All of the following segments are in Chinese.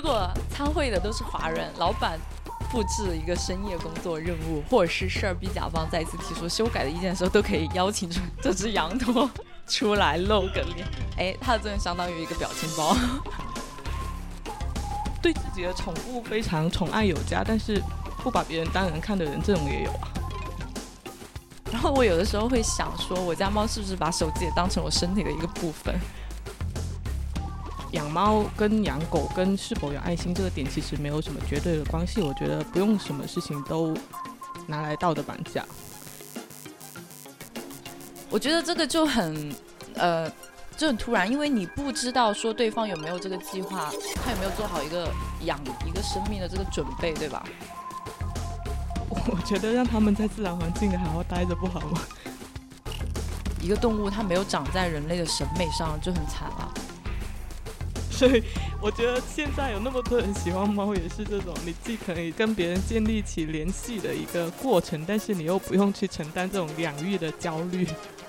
如果参会的都是华人，老板布置一个深夜工作任务，或者是事儿逼甲方再一次提出修改的意见的时候，都可以邀请出这只羊驼出来露个脸。哎，它的作用相当于一个表情包。 对自己的宠物非常宠爱有加，但是不把别人当人看的人，这种也有啊。 然后我有的时候会想说，我家猫是不是把手机也当成我身体的一个部分？ 养猫跟养狗跟是否有爱心这个点其实没有什么绝对的关系，我觉得不用什么事情都拿来道德绑架。我觉得这个就很突然，因为你不知道说对方有没有这个计划，他有没有做好一个养一个生命的这个准备，对吧？ 我觉得让他们在自然环境里好好待着不好吗？ 一个动物它没有长在人类的审美上就很惨了。 所以我觉得现在有那么多人喜欢猫，也是这种你既可以跟别人建立起联系的一个过程，但是你又不用去承担这种养育的焦虑。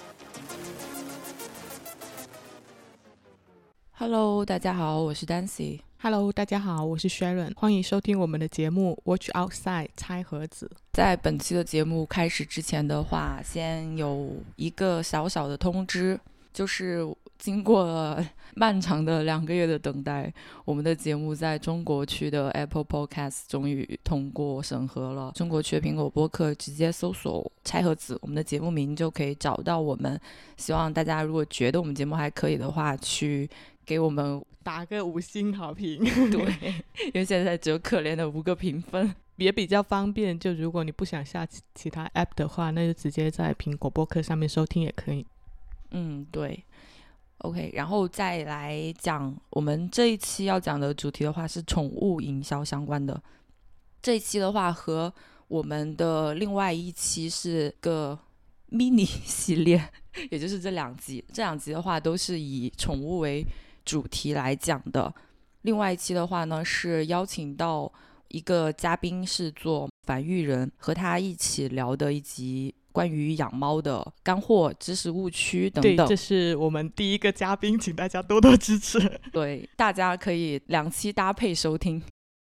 Hello， 大家好，我是 Dancy。 Hello， 大家好，我是 Sharon， 欢迎收听我们的节目 Watch Outside 拆盒子。 在本期的节目开始之前的话，先有一个小小的通知，就是经过了漫长的2个月的等待，我们的节目在中国区的 Apple Podcast 终于通过审核了。中国区的苹果播客直接搜索拆盒子，我们的节目名就可以找到我们。希望大家如果觉得我们节目还可以的话，去给我们打个5星好评。 对，因为现在只有可怜的5个评分， 也比较方便，就如果你不想下其他 app 的话，那就直接在苹果播客上面收听也可以。 对。OK， 然后再来讲我们这一期要讲的主题的话是宠物营销相关的。这一期的话和我们的另外一期是个 mini 系列，也就是这2集的话都是以宠物为主题来讲的。另外一期的话呢是邀请到一个嘉宾，是做繁育人，和他一起聊的一集关于养猫的干货、知识误区等等。 对，这是我们第一个嘉宾，请大家多多支持。 对，大家可以2期搭配收听。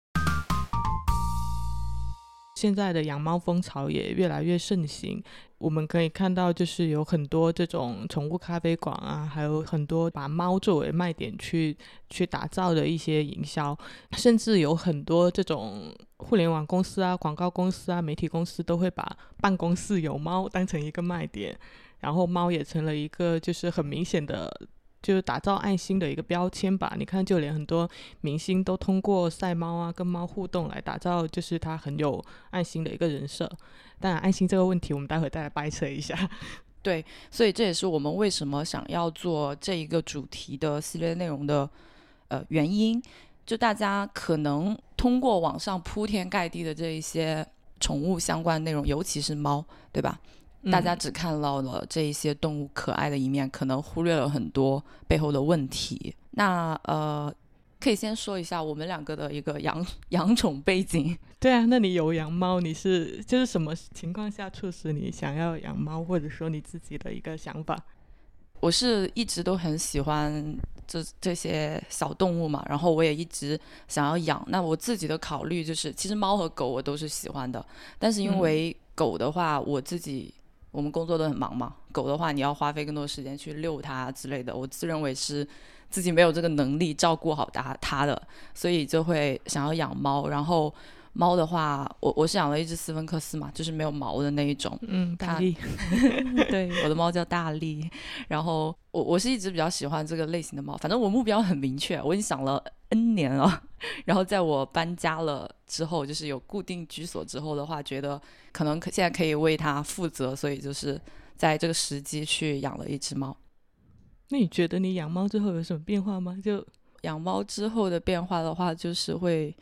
现在的养猫风潮也越来越盛行，我们可以看到就是有很多这种宠物咖啡馆啊，还有很多把猫作为卖点去打造的一些营销，甚至有很多这种互联网公司啊、广告公司啊、媒体公司都会把办公室有猫当成一个卖点，然后猫也成了一个就是很明显的就是打造爱心的一个标签吧。你看就连很多明星都通过晒猫啊跟猫互动来打造就是他很有爱心的一个人设。当然爱心这个问题我们待会再来掰扯一下。 对，所以这也是我们为什么想要做这一个主题的系列内容的原因。就大家可能通过网上铺天盖地的这一些宠物相关内容，尤其是猫，对吧？大家只看到了这一些动物可爱的一面，可能忽略了很多背后的问题。那可以先说一下我们2个的一个养宠背景。 对啊，那你有养猫，你是就是什么情况下促使你想要养猫，或者说你自己的一个想法？ 我是一直都很喜欢这些小动物嘛，然后我也一直想要养。那我自己的考虑就是，其实猫和狗我都是喜欢的，但是因为狗的话，我们工作都很忙嘛，狗的话你要花费更多时间去遛它之类的，我自认为是自己没有这个能力照顾好它的，所以就会想要养猫。然后猫的话，我是养了一只斯芬克斯嘛，就是没有毛的那一种。 大力。 对，我的猫叫大力。然后我是一直比较喜欢这个类型的猫，反正我目标很明确，我已经想了 N 年了。然后在我搬家了之后，就是有固定居所之后的话，觉得可能现在可以为它负责，所以就是在这个时机去养了一只猫。 那你觉得你养猫之后有什么变化吗？就养猫之后的变化的话，就是会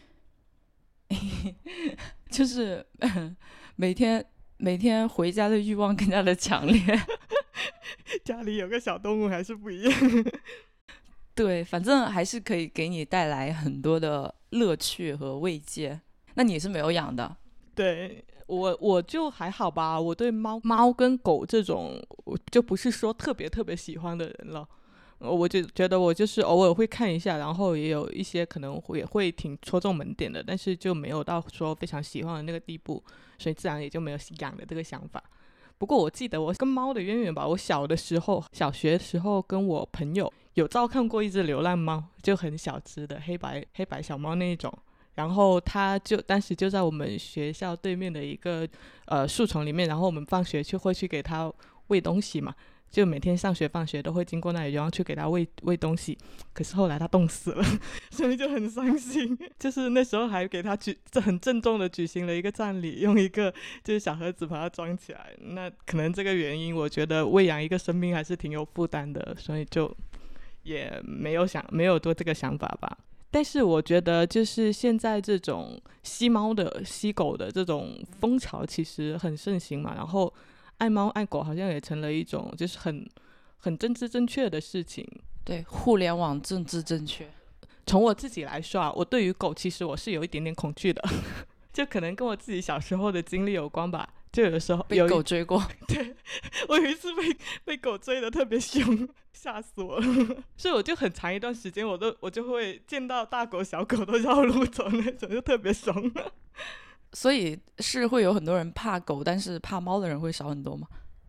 就是每天回家的欲望更加的强烈。 家里有个小动物还是不一样。 对，反正还是可以给你带来很多的乐趣和慰藉。那你是没有养的？ 对，我就还好吧，我对猫跟狗这种我就不是说特别特别喜欢的人了。 我就觉得我就是偶尔会看一下，然后也有一些可能也会挺戳中门点的，但是就没有到说非常喜欢的那个地步，所以自然也就没有养的这个想法。不过我记得我跟猫的渊源吧，我小的时候，小学的时候跟我朋友有照看过一只流浪猫，就很小只的黑白小猫那一种。然后它就当时就在我们学校对面的一个树丛里面，然后我们放学就会去给它喂东西嘛，就每天上学放学都会经过那里，然后去给它喂东西。可是后来它冻死了，所以就很伤心。就是那时候还给它很郑重的举行了一个葬礼，用一个就是小盒子把它装起来。那可能这个原因，我觉得喂养一个生命还是挺有负担的，所以就也没有多这个想法吧。但是我觉得就是现在这种吸猫的吸狗的这种风潮其实很盛行嘛，然后爱猫爱狗好像也成了一种就是很政治正确的事情。 对，互联网政治正确。 从我自己来说啊，我对于狗其实我是有一点点恐惧的就可能跟我自己小时候的经历有关吧，就有的时候被狗追过。 对，我有一次被狗追得特别凶，吓死我了所以我就很长一段时间我就会见到大狗小狗都绕路走那种，就特别怂所以是会有很多人怕狗，但是怕猫的人会少很多吗？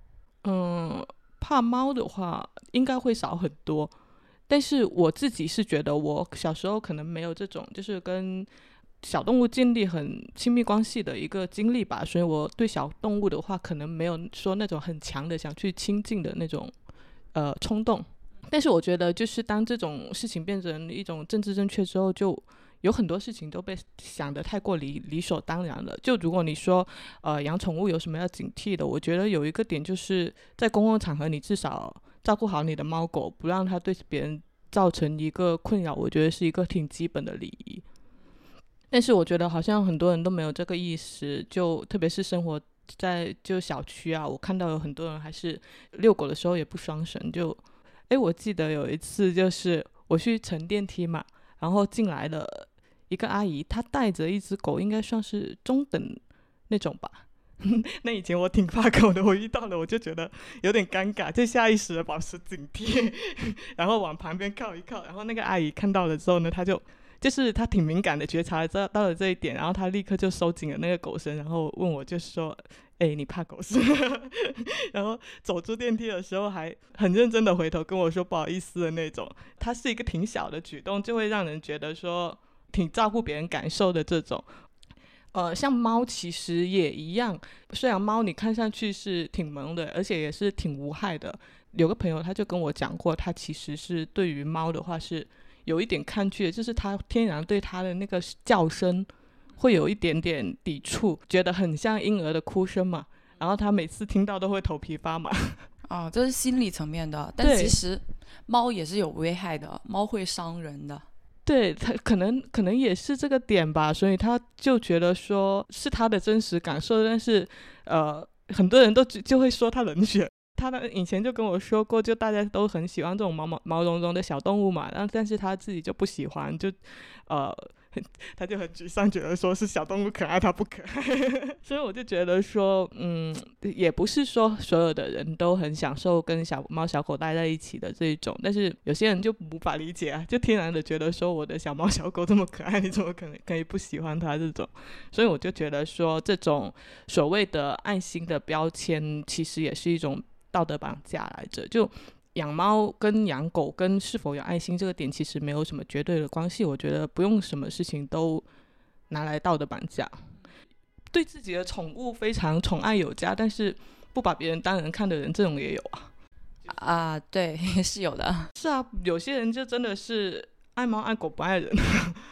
怕猫的话应该会少很多，但是我自己是觉得我小时候可能没有这种就是跟小动物建立很亲密关系的一个经历吧，所以我对小动物的话可能没有说那种很强的想去亲近的那种冲动。但是我觉得就是当这种事情变成一种政治正确之后，就有很多事情都被想得太过理所当然了。就如果你说养宠物有什么要警惕的，我觉得有一个点就是在公共场合你至少照顾好你的猫狗，不让它对别人造成一个困扰，我觉得是一个挺基本的礼仪。但是我觉得好像很多人都没有这个意识，就特别是生活在就小区啊，我看到有很多人还是遛狗的时候也不拴绳。我记得有一次就是我去乘电梯嘛，然后进来了一个阿姨，她带着一只狗，应该算是中等那种吧那以前我挺怕狗的，我遇到了我就觉得有点尴尬，就下意识的保持警惕然后往旁边靠一靠。然后那个阿姨看到了之后呢，就是他挺敏感的觉察到了这一点，然后他立刻就收紧了那个狗绳，然后问我就是说你怕狗是然后走出电梯的时候还很认真的回头跟我说不好意思的那种。它是一个挺小的举动，就会让人觉得说挺照顾别人感受的这种。像猫其实也一样，虽然猫你看上去是挺萌的，而且也是挺无害的。有个朋友他就跟我讲过，他其实是对于猫的话是有一点抗拒的，就是他天然对他的那个叫声会有一点点抵触，觉得很像婴儿的哭声嘛，然后他每次听到都会头皮发麻这是心理层面的，但其实猫也是有危害的，猫会伤人的。 对，他可能也是这个点吧，所以他就觉得说是他的真实感受，但是很多人就会说他冷血。他以前就跟我说过，就大家都很喜欢这种毛茸茸的小动物嘛，但是他自己就不喜欢，就他就很沮丧，觉得说是小动物可爱他不可爱所以我就觉得说也不是说所有的人都很享受跟小猫小狗待在一起的这一种，但是有些人就无法理解啊，就天然的觉得说我的小猫小狗这么可爱，你怎么可以不喜欢它这种。所以我就觉得说这种所谓的爱心的标签其实也是一种道德绑架来着。就养猫跟养狗跟是否有爱心这个点其实没有什么绝对的关系，我觉得不用什么事情都拿来道德绑架。对自己的宠物非常宠爱有加，但是不把别人当人看的人，这种也有啊。 对是有的。 是啊，有些人就真的是爱猫爱狗不爱人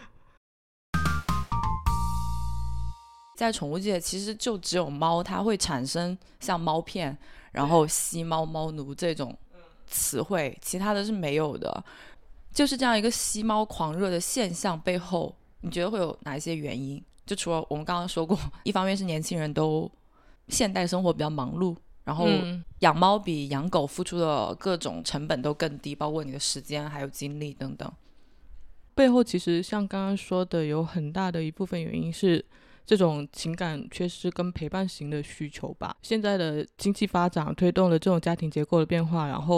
在宠物界其实就只有猫它会产生像猫片然后吸猫猫奴这种词汇，其他的是没有的。就是这样一个吸猫狂热的现象背后，你觉得会有哪一些原因？就除了我们刚刚说过，一方面是年轻人都现代生活比较忙碌，然后养猫比养狗付出的各种成本都更低，包括你的时间还有精力等等。 背后其实像刚刚说的，有很大的一部分原因是这种情感缺失跟陪伴型的需求吧。现在的经济发展推动了这种家庭结构的变化，然后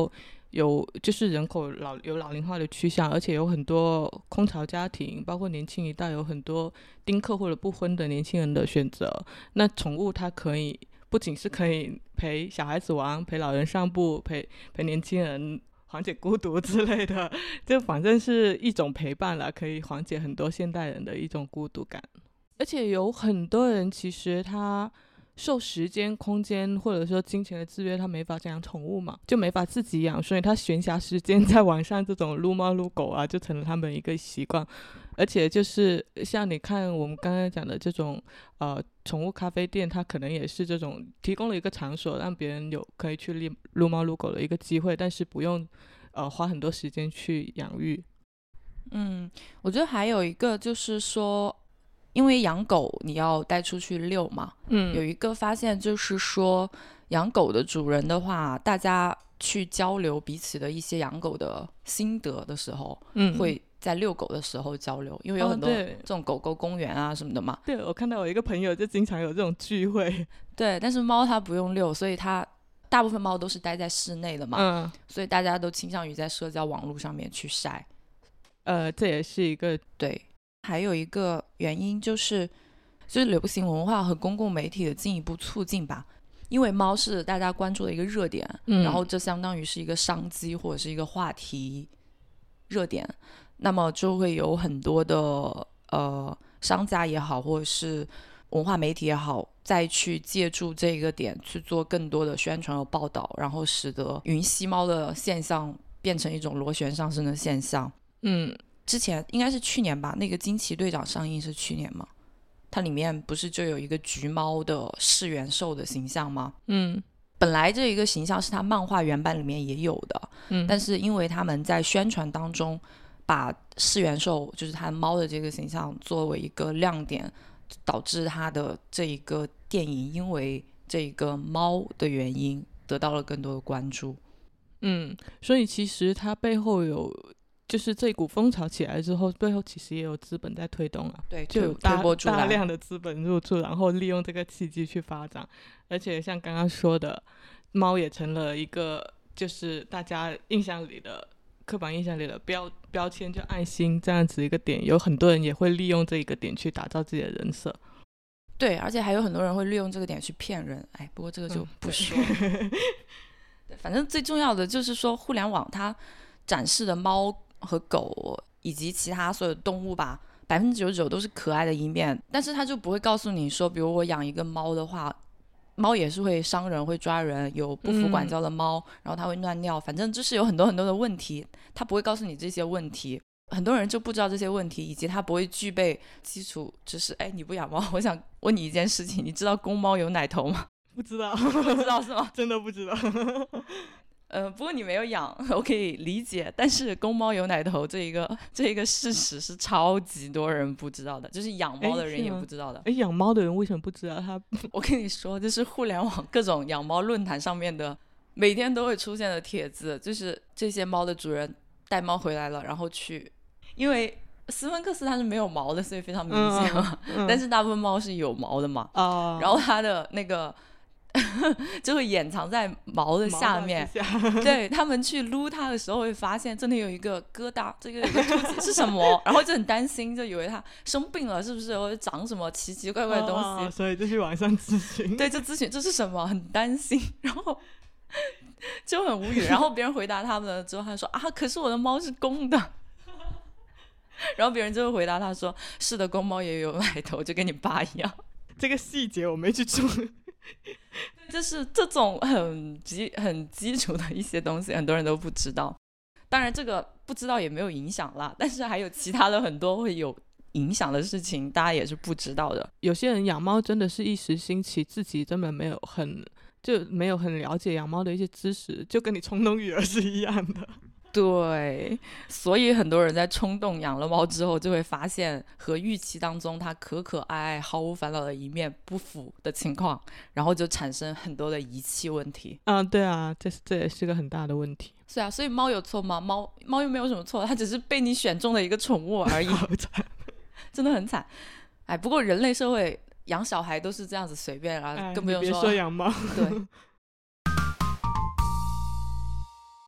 就是人口有老龄化的趋向，而且有很多空巢家庭，包括年轻一代有很多丁克或者不婚的年轻人的选择。那宠物它不仅是可以陪小孩子玩，陪老人散步，陪年轻人缓解孤独之类的，就反正是一种陪伴啦，可以缓解很多现代人的一种孤独感。而且有很多人其实他受时间、空间或者说金钱的制约，他没法养宠物嘛，就没法自己养，所以他闲暇时间在网上这种撸猫撸狗啊，就成了他们一个习惯。而且就是像你看我们刚刚讲的这种宠物咖啡店，它可能也是这种提供了一个场所，让别人有可以去撸猫撸狗的一个机会，但是不用花很多时间去养育。 我觉得还有一个就是说，因为养狗你要带出去遛嘛，有一个发现就是说，养狗的主人的话，大家去交流彼此的一些养狗的心得的时候，会在遛狗的时候交流，因为有很多这种狗狗公园啊什么的嘛。 对，我看到我一个朋友就经常有这种聚会。 对，但是猫它不用遛，所以它大部分猫都是待在室内的嘛，所以大家都倾向于在社交网络上面去晒。 这也是一个对。还有一个原因就是流行文化和公共媒体的进一步促进吧，因为猫是大家关注的一个热点，然后这相当于是一个商机或者是一个话题热点，那么就会有很多的商家也好或者是文化媒体也好，再去借助这个点去做更多的宣传和报道，然后使得云吸猫的现象变成一种螺旋上升的现象。之前应该是去年吧，那个惊奇队长上映是去年吗？它里面不是就有一个橘猫的噬元兽的形象吗？本来这一个形象是它漫画原版里面也有的，但是因为他们在宣传当中把噬元兽就是它猫的这个形象作为一个亮点，导致它的这一个电影因为这个猫的原因得到了更多的关注。 所以其实它背后有就是这股风潮起来之后，背后其实也有资本在推动啊， 对， 就有大量的资本入驻，然后利用这个契机去发展。而且像刚刚说的，猫也成了一个就是大家刻板印象里的标签，就爱心这样子一个点，有很多人也会利用这一个点去打造自己的人设。 对，而且还有很多人会利用这个点去骗人，不过这个就不说了。对，反正最重要的就是说，互联网它展示的猫和狗以及其他所有的动物吧，99%都是可爱的一面，但是他就不会告诉你说，比如我养一个猫的话，猫也是会伤人会抓人，有不服管教的猫，然后它会乱尿，反正就是有很多很多的问题，他不会告诉你这些问题，很多人就不知道这些问题，以及他不会具备基础知识。你不养猫，我想问你一件事情，你知道公猫有奶头吗？ 不知道。 不知道是吗？ 真的不知道。 不过你没有养，我可以理解。但是公猫有奶头这一个事实是超级多人不知道的，就是养猫的人也不知道的。 养猫的人为什么不知道？ 我跟你说，就是互联网各种养猫论坛上面的每天都会出现的帖子，就是这些猫的主人带猫回来了，然后去，因为斯芬克斯它是没有毛的，所以非常明显嘛。但是大部分猫是有毛的嘛。然后它的那个就会掩藏在毛的下面。对，他们去撸它的时候会发现这里有一个疙瘩，这个有个凸起是什么，然后就很担心，就以为它生病了是不是，或者长什么奇奇怪怪的东西。 所以就去网上咨询。 对，就咨询这是什么，很担心，然后就很无语。然后别人回答他们了之后，他说可是我的猫是公的。然后别人就会回答他说，是的，公猫也有奶头，就跟你爸一样。 这个细节我没去注意。 就是这种很基础的一些东西，很多人都不知道。当然这个不知道也没有影响啦，但是还有其他的很多会有影响的事情，大家也是不知道的。 有些人养猫真的是一时兴起，自己根本没有很了解养猫的一些知识，就跟你冲动育儿是一样的。 对，所以很多人在冲动养了猫之后，就会发现和预期当中它可可爱爱毫无烦恼的一面不符的情况，然后就产生很多的遗弃问题。 对啊，这也是个很大的问题。 是啊，所以猫有错吗？猫又没有什么错，它只是被你选中的一个宠物而已。 好惨， 真的很惨。不过人类社会养小孩都是这样子随便啊，更不用说养猫。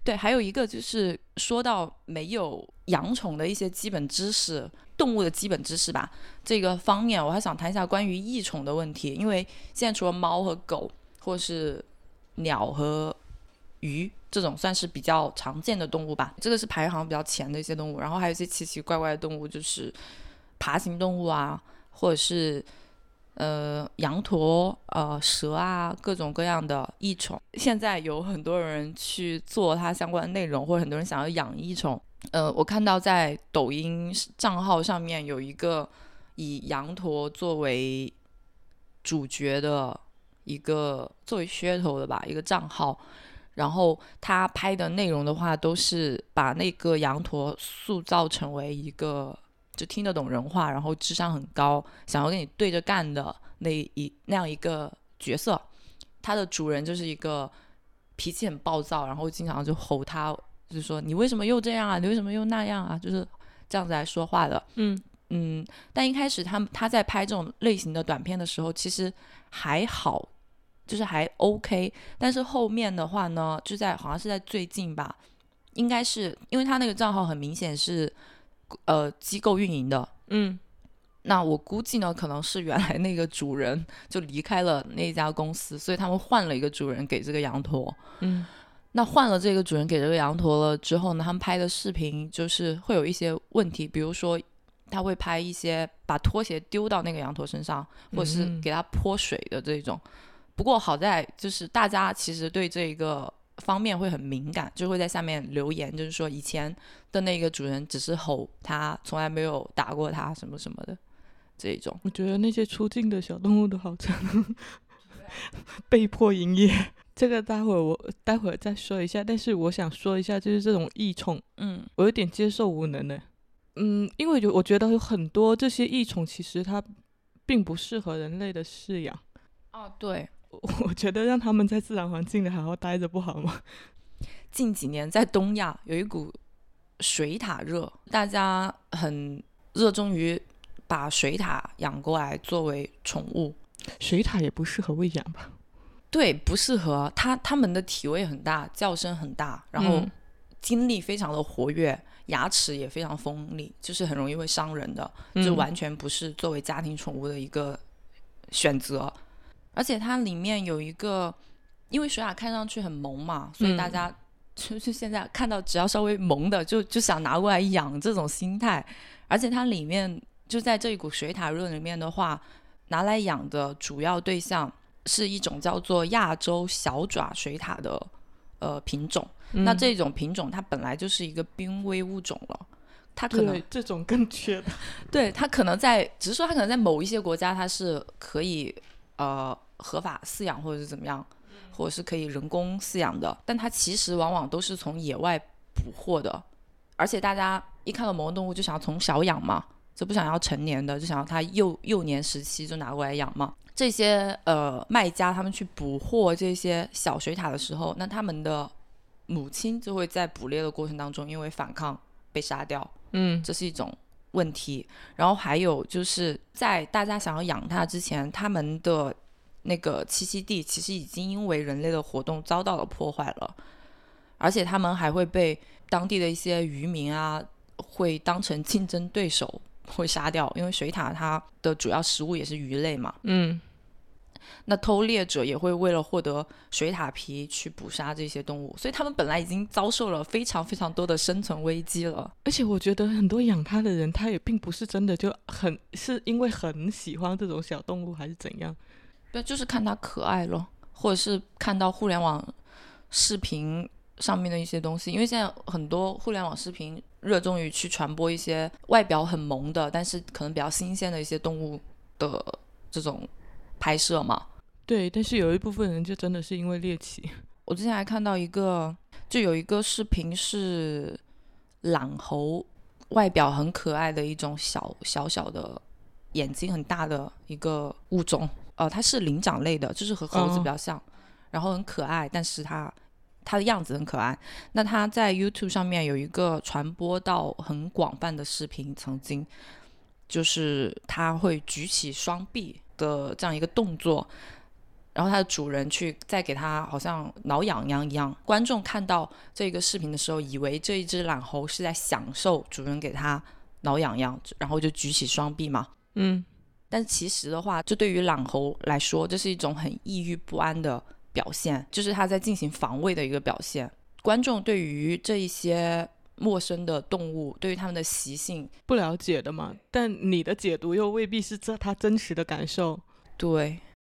对，还有一个就是说到没有养宠的一些基本知识，动物的基本知识吧，这个方面我还想谈一下关于异宠的问题。因为现在除了猫和狗或是鸟和鱼这种算是比较常见的动物吧，这个是排行比较前的一些动物，然后还有一些奇奇怪怪的动物，就是爬行动物啊，或者是羊驼、蛇啊，各种各样的异宠。现在有很多人去做它相关的内容，或者很多人想要养异宠。我看到在抖音账号上面有一个以羊驼作为主角的一个作为噱头的吧一个账号，然后他拍的内容的话都是把那个羊驼塑造成为一个就听得懂人话，然后智商很高，想要跟你对着干的那样一个角色。他的主人就是一个脾气很暴躁，然后经常就吼他，就是说你为什么又这样啊，你为什么又那样啊，就是这样子来说话的。但一开始他在拍这种类型的短片的时候其实还好，就是还 OK， 但是后面的话呢，好像是在最近吧，应该是因为他那个账号很明显是机构运营的。那我估计呢可能是原来那个主人就离开了那家公司，所以他们换了一个主人给这个羊驼。那换了这个主人给这个羊驼了之后呢，他们拍的视频就是会有一些问题，比如说他会拍一些把拖鞋丢到那个羊驼身上，或者是给他泼水的这种。不过好在就是大家其实对这个方面会很敏感，就会在下面留言，就是说以前的那个主人只是吼他，从来没有打过他什么什么的这种。 我觉得那些出镜的小动物都好惨被迫营业，这个待会儿再说一下。但是我想说一下，就是这种异宠，我有点接受无能的。因为我觉得有很多这些异宠其实它并不适合人类的饲养。 对， 我觉得让他们在自然环境里好好待着不好吗？ 近几年在东亚有一股水獭热，大家很热衷于把水獭养过来作为宠物。 水獭也不适合喂养吧？ 对，不适合。它们的体味很大，叫声很大，然后精力非常的活跃，牙齿也非常锋利，就是很容易会伤人的，就完全不是作为家庭宠物的一个选择。而且它里面有一个，因为水獭看上去很萌嘛，所以大家就是现在看到只要稍微萌的就想拿过来养这种心态。而且它里面就在这一股水獭热里面的话，拿来养的主要对象是一种叫做亚洲小爪水獭的品种。那这种品种它本来就是一个濒危物种了，它可能对这种更缺的。 对，它可能只是说它可能在某一些国家它是可以合法饲养或者是怎么样，或者是可以人工饲养的，但它其实往往都是从野外捕获的。而且大家一看到某个动物就想要从小养嘛，就不想要成年的，就想要它幼年时期就拿过来养嘛。这些卖家他们去捕获这些小水獭的时候，那他们的母亲就会在捕猎的过程当中因为反抗被杀掉。这是一种问题。然后还有就是在大家想要养它之前，他们的那个栖息地其实已经因为人类的活动遭到了破坏了，而且他们还会被当地的一些渔民啊会当成竞争对手会杀掉，因为水獭它的主要食物也是鱼类嘛。那偷猎者也会为了获得水獭皮去捕杀这些动物，所以他们本来已经遭受了非常非常多的生存危机了。 而且我觉得很多养它的人他也并不是真的是因为很喜欢这种小动物还是怎样。 对，就是看它可爱咯，或者是看到互联网视频上面的一些东西。因为现在很多互联网视频热衷于去传播一些外表很萌的但是可能比较新鲜的一些动物的这种拍摄嘛。 对，但是有一部分人就真的是因为猎奇。 我之前还看到有一个视频是懒猴，外表很可爱的一种小的眼睛很大的一个物种。它是灵长类的，就是和猴子比较像，然后很可爱，但是它的样子很可爱。那它在 YouTube 上面有一个传播到很广泛的视频，曾经就是它会举起双臂的这样一个动作， 然后它的主人去再给它好像挠痒痒一样。观众看到这个视频的时候，以为这一只懒猴是在享受主人给它挠痒痒，然后就举起双臂嘛。但其实的话，这对于懒猴来说，这是一种很抑郁不安的表现，就是它在进行防卫的一个表现。观众对于这一些陌生的动物，对于它们的习性不了解的嘛，但你的解读又未必是它真实的感受。 对。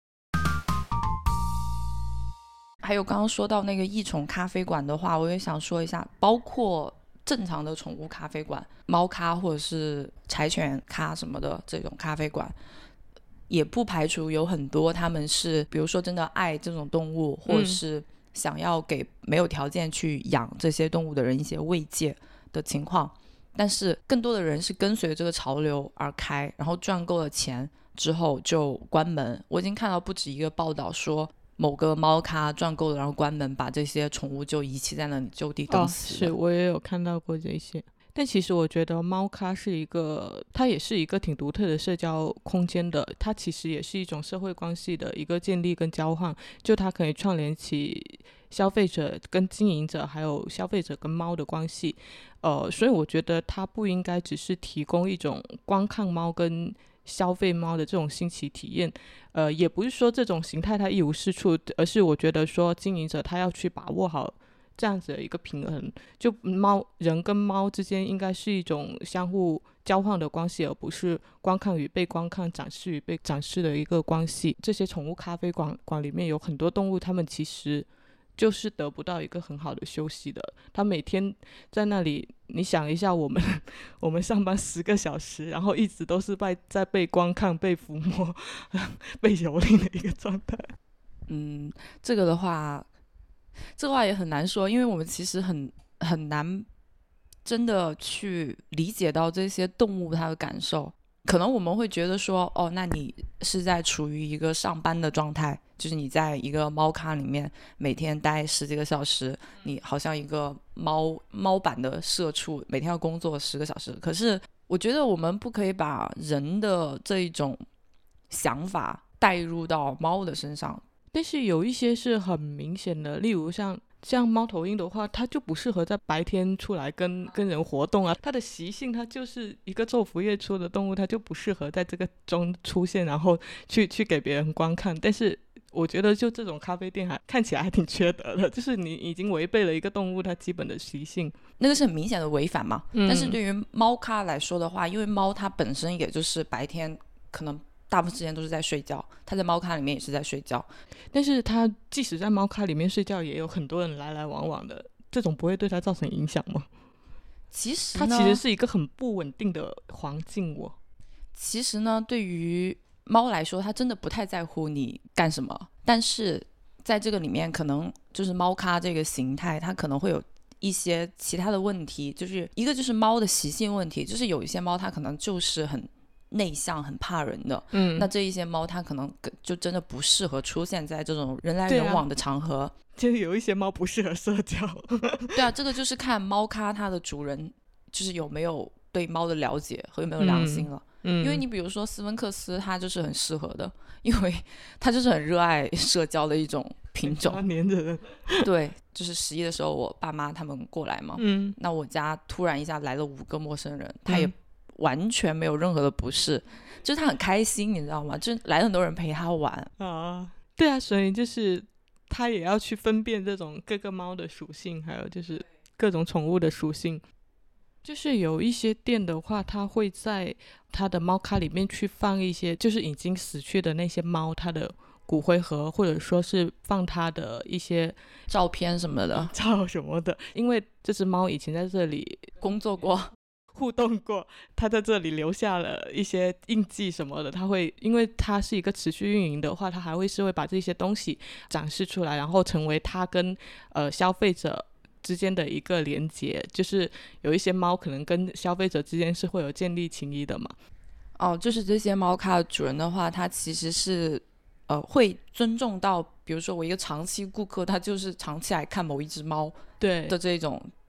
还有刚刚说到那个益宠咖啡馆的话，我也想说一下，包括正常的宠物咖啡馆，猫咖或者是柴犬咖什么的这种咖啡馆，也不排除有很多他们是比如说真的爱这种动物，或者是想要给没有条件去养这些动物的人一些慰藉的情况。但是更多的人是跟随这个潮流而开，然后赚够了钱之后就关门。我已经看到不止一个报道说某个猫咖赚够了然后关门，把这些宠物就遗弃在那里就地等死。 是我也有看到过这些。但其实我觉得猫咖是一个，它也是一个挺独特的社交空间的，它其实也是一种社会关系的一个建立跟交换，就它可以串联起消费者跟经营者，还有消费者跟猫的关系。所以我觉得它不应该只是提供一种观看猫跟消费猫的这种新奇体验，也不是说这种形态它一无是处，而是我觉得说经营者他要去把握好这样子的一个平衡，就人跟猫之间应该是一种相互交换的关系，而不是观看与被观看、展示与被展示的一个关系。这些宠物咖啡馆里面有很多动物，它们其实就是得不到一个很好的休息的，它每天在那里，你想一下我们上班10个小时，然后一直都是在被观看、被抚摸、被蹂躏的一个状态。 这个的话也很难说，因为我们其实很难真的去理解到这些动物它的感受。可能我们会觉得说，那你是在处于一个上班的状态，就是你在一个猫咖里面每天待10几个小时，你好像一个猫版的社畜，每天要工作10个小时。可是我觉得我们不可以把人的这一种想法带入到猫的身上。 但是有一些是很明显的，例如像猫头鹰的话，它就不适合在白天出来跟人活动啊，它的习性它就是一个昼伏夜出的动物，它就不适合在这个中出现，然后去给别人观看。但是我觉得就这种咖啡店看起来还挺缺德的，就是你已经违背了一个动物它基本的习性， 那个是很明显的违反嘛。但是对于猫咖来说的话，因为猫它本身也就是白天可能大部分时间都是在睡觉，它在猫咖里面也是在睡觉， 但是它即使在猫咖里面睡觉，也有很多人来来往往的，这种不会对它造成影响吗？ 其实呢， 它其实是一个很不稳定的环境。 其实呢，对于猫来说，它真的不太在乎你干什么，但是在这个里面，可能就是猫咖这个形态，它可能会有一些其他的问题，就是一个就是猫的习性问题，就是有一些猫它可能就是很内向很怕人的，那这一些猫它可能就真的不适合出现在这种人来人往的场合， 就是有一些猫不适合社交。 对啊，这个就是看猫咖它的主人就是有没有对猫的了解和有没有良心了。因为你比如说斯芬克斯它就是很适合的，因为它就是很热爱社交的一种品种， 它黏着人。 对，就是11的时候我爸妈他们过来嘛，那我家突然一下来了5个陌生人，他也完全没有任何的不适，就是他很开心，你知道吗？就来了很多人陪他玩啊。对啊，所以就是他也要去分辨这种各个猫的属性，还有就是各种宠物的属性。就是有一些店的话，他会在他的猫咖里面去放一些就是已经死去的那些猫它的骨灰盒，或者说是放它的一些照片什么的， 照什么的，因为这只猫以前在这里工作过互动过，它在这里留下了一些印记什么的，它会因为它是一个持续运营的话，它还会把这些东西展示出来，然后成为它跟消费者之间的一个连结，就是有一些猫可能跟消费者之间是会有建立情谊的嘛。 就是这些猫咖的主人的话，他其实是会尊重到，比如说我一个长期顾客，他就是长期来看某一只猫的这种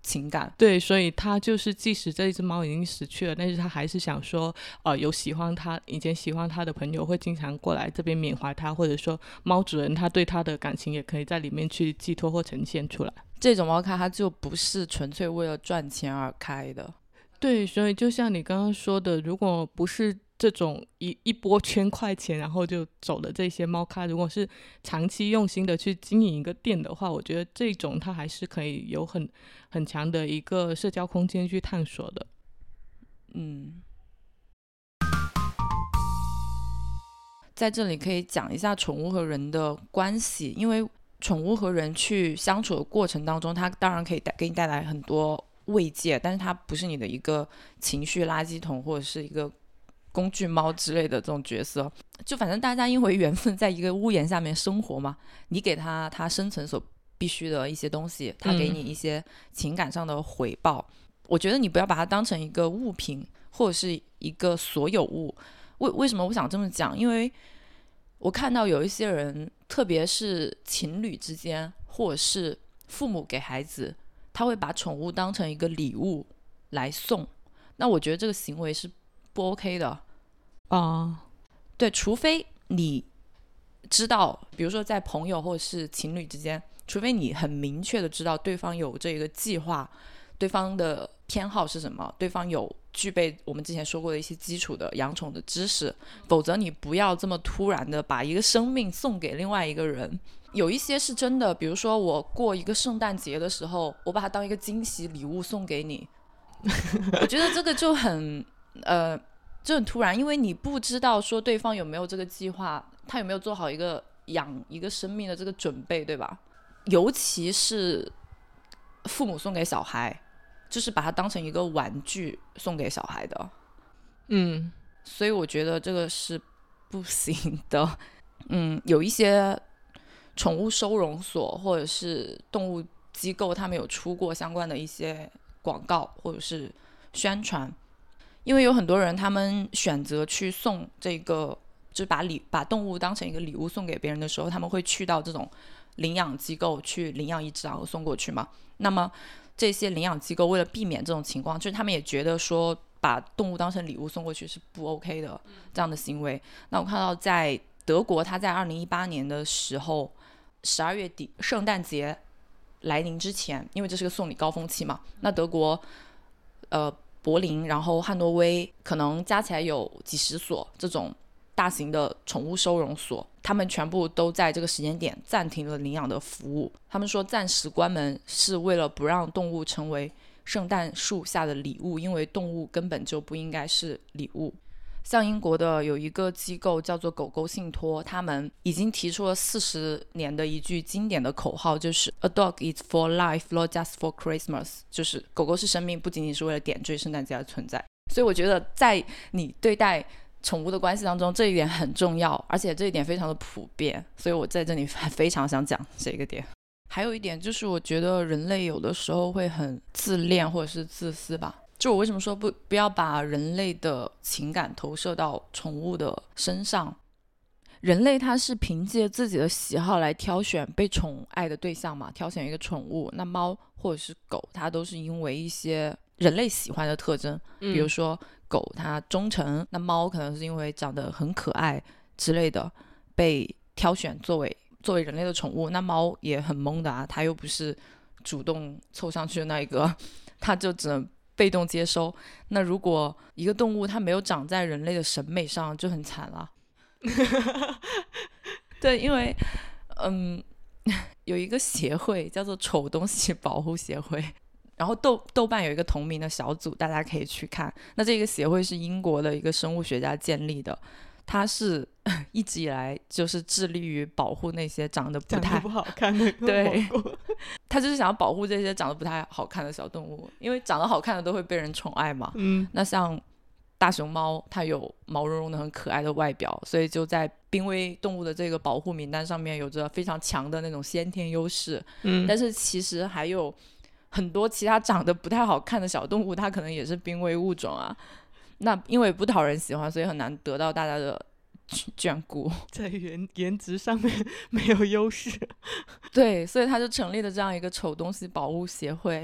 情感。 对，所以他就是即使这一只猫已经死去了，但是他还是想说有喜欢他以前喜欢他的朋友会经常过来这边缅怀他，或者说猫主人他对他的感情也可以在里面去寄托或呈现出来。 这种猫咖它就不是纯粹为了赚钱而开的。 对，所以就像你刚刚说的，如果不是这种一波圈快钱然后就走的这些猫咖，如果是长期用心的去经营一个店的话，我觉得这种它还是可以有很强的一个社交空间去探索的。 在这里可以讲一下宠物和人的关系，因为宠物和人去相处的过程当中，它当然可以给你带来很多慰藉，但是它不是你的一个情绪垃圾桶或者是一个工具猫之类的这种角色。就反正大家因为缘分在一个屋檐下面生活嘛，你给它生存所必须的一些东西，它给你一些情感上的回报。我觉得你不要把它当成一个物品或者是一个所有物。为什么我想这么讲？因为我看到有一些人，特别是情侣之间或者是父母给孩子，他会把宠物当成一个礼物来送，那我觉得这个行为是不 OK 的对，除非你知道，比如说在朋友或者是情侣之间，除非你很明确的知道对方有这个计划，对方的偏好是什么，对方有具备我们之前说过的一些基础的养宠的知识，否则你不要这么突然的把一个生命送给另外一个人。有一些是真的，比如说我过一个圣诞节的时候，我把它当一个惊喜礼物送给你我觉得这个就很突然，因为你不知道说对方有没有这个计划，他有没有做好一个养一个生命的这个准备，对吧？尤其是父母送给小孩，就是把它当成一个玩具送给小孩的。所以我觉得这个是不行的。有一些宠物收容所或者是动物机构，他们有出过相关的一些广告或者是宣传，因为有很多人他们选择去送这个，就是把动物当成一个礼物送给别人的时候，他们会去到这种领养机构去领养一只然后送过去嘛。那么这些领养机构为了避免这种情况，就是他们也觉得说把动物当成礼物送过去是不 OK 的这样的行为。那我看到在德国，他在2018年的时候12月底圣诞节来临之前，因为这是个送礼高峰期嘛，那德国柏林然后汉诺威可能加起来有几十所这种大型的宠物收容所，他们全部都在这个时间点暂停了领养的服务。他们说暂时关门是为了不让动物成为圣诞树下的礼物，因为动物根本就不应该是礼物。像英国的有一个机构叫做狗狗信托，他们已经提出了40年的一句经典的口号，就是 A dog is for life, not just for Christmas， 就是狗狗是生命，不仅仅是为了点缀圣诞节而存在。所以我觉得在你对待宠物的关系当中，这一点很重要，而且这一点非常的普遍，所以我在这里非常想讲这个点。还有一点就是我觉得人类有的时候会很自恋或者是自私吧，就我为什么说不要把人类的情感投射到宠物的身上。人类他是凭借自己的喜好来挑选被宠爱的对象嘛，挑选一个宠物，那猫或者是狗它都是因为一些人类喜欢的特征，比如说狗它忠诚，那猫可能是因为长得很可爱之类的被挑选作为人类的宠物。那猫也很懵的啊，它又不是主动凑上去的那一个，它就只能被动接收。那如果一个动物它没有长在人类的审美上，就很惨了对，因为有一个协会叫做丑东西保护协会，然后豆瓣有一个同名的小组，大家可以去看。那这个协会是英国的一个生物学家建立的，他是一直以来就是致力于保护那些长得不好看的对，他就是想要保护这些长得不太好看的小动物，因为长得好看的都会被人宠爱嘛。那像大熊猫它有毛茸茸的很可爱的外表，所以就在濒危动物的这个保护名单上面有着非常强的那种先天优势。但是其实还有很多其他长得不太好看的小动物，它可能也是濒危物种啊。那因为不讨人喜欢，所以很难得到大家的眷顾， 在颜值上面没有优势对，所以他就成立了这样一个丑东西保护协会。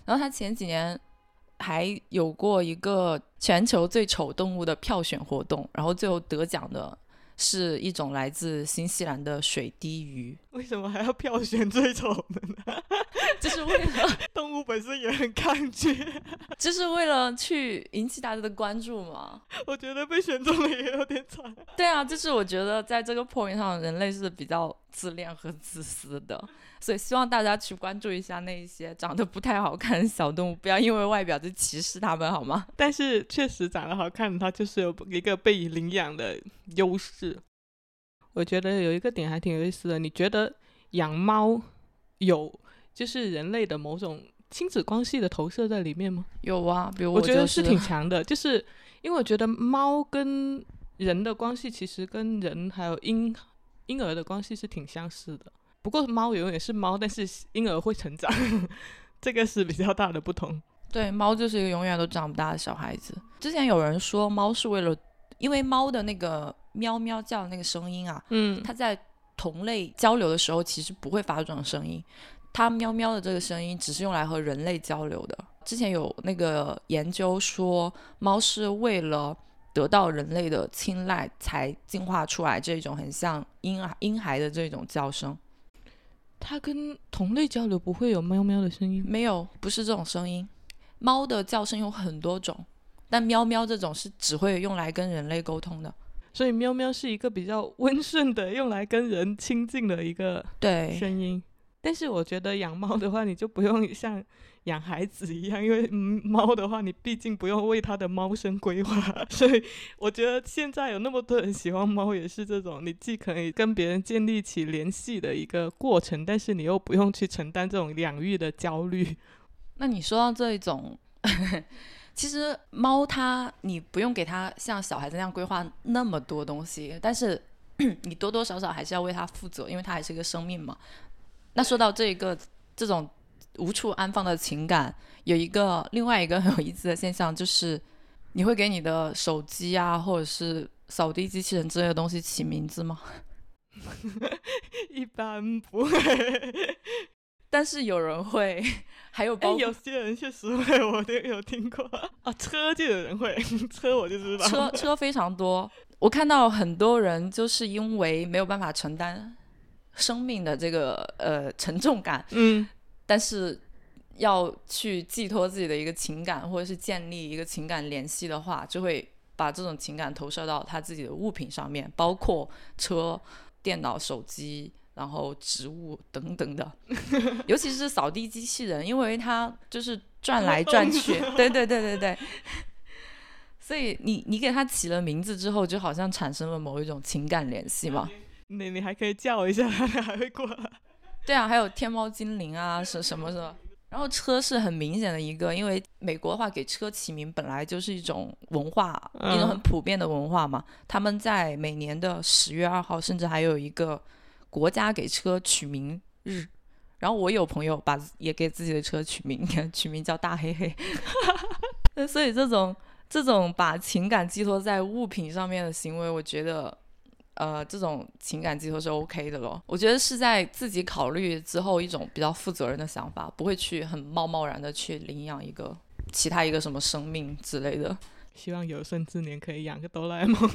然后他前几年还有过一个全球最丑动物的票选活动，然后最后得奖的是一种来自新西兰的水滴鱼。 为什么还要票选最丑的呢？ 就是为了动物本身也很抗拒， 就是为了去引起大家的关注嘛。 我觉得被选中了也有点惨。 对啊，就是我觉得在这个 point 上，人类是比较自恋和自私的，所以希望大家去关注一下那一些长得不太好看的小动物，不要因为外表就歧视它们，好吗？ 但是确实长得好看，它就是有一个被领养的优势。我觉得有一个点还挺有意思的，你觉得养猫有就是人类的某种亲子关系的投射在里面吗？ 有啊，比如我觉得就是挺强的，就是因为我觉得猫跟人的关系其实跟人还有婴儿的关系是挺相似的，不过猫永远是猫，但是婴儿会成长这个是比较大的不同。 对，猫就是一个永远都长不大的小孩子。之前有人说猫是为了，因为猫的那个喵喵叫的那个声音啊，它在同类交流的时候其实不会发出这种声音，它喵喵的这个声音只是用来和人类交流的。之前有那个研究说，猫是为了得到人类的青睐才进化出来这种很像婴孩的这种叫声。 它跟同类交流不会有喵喵的声音？ 没有，不是这种声音。猫的叫声有很多种，但喵喵这种是只会用来跟人类沟通的。 所以喵喵是一个比较温顺的用来跟人亲近的一个声音。但是我觉得养猫的话你就不用像养孩子一样，因为猫的话你毕竟不用为它的猫生规划，所以我觉得现在有那么多人喜欢猫也是这种，你既可以跟别人建立起联系的一个过程，但是你又不用去承担这种养育的焦虑。 那你说到这一种其实猫它你不用给它像小孩子那样规划那么多东西，但是你多多少少还是要为它负责，因为它还是一个生命嘛。那说到这种无处安放的情感，有另外一个很有意思的现象，就是你会给你的手机啊或者是扫地机器人之类的东西起名字吗？ 一般不会， 但是有人会，还有包括有些人确实会，我都有听过啊。车就有人会，车我就知道， 车非常多。我看到很多人就是因为没有办法承担生命的这个沉重感，但是要去寄托自己的一个情感，或者是建立一个情感联系的话，就会把这种情感投射到他自己的物品上面，包括车、电脑、手机，然后植物等等的尤其是扫地机器人，因为它就是转来转去对所以你给它起了名字之后，就好像产生了某一种情感联系嘛。 你还可以叫一下它还会过来。 对啊，还有天猫精灵啊什么的。然后车是很明显的一个，因为美国的话给车起名本来就是一种文化，一种很普遍的文化嘛。他们在每年的10月2号甚至还有一个国家给车取名日，然后我有朋友也给自己的车取名叫大黑黑所以这种把情感寄托在物品上面的行为，我觉得这种情感寄托是 OK 的咯。我觉得是在自己考虑之后一种比较负责任的想法，不会去很贸然的去领养其他一个什么生命之类的。 希望有生之年可以养个哆啦 A 梦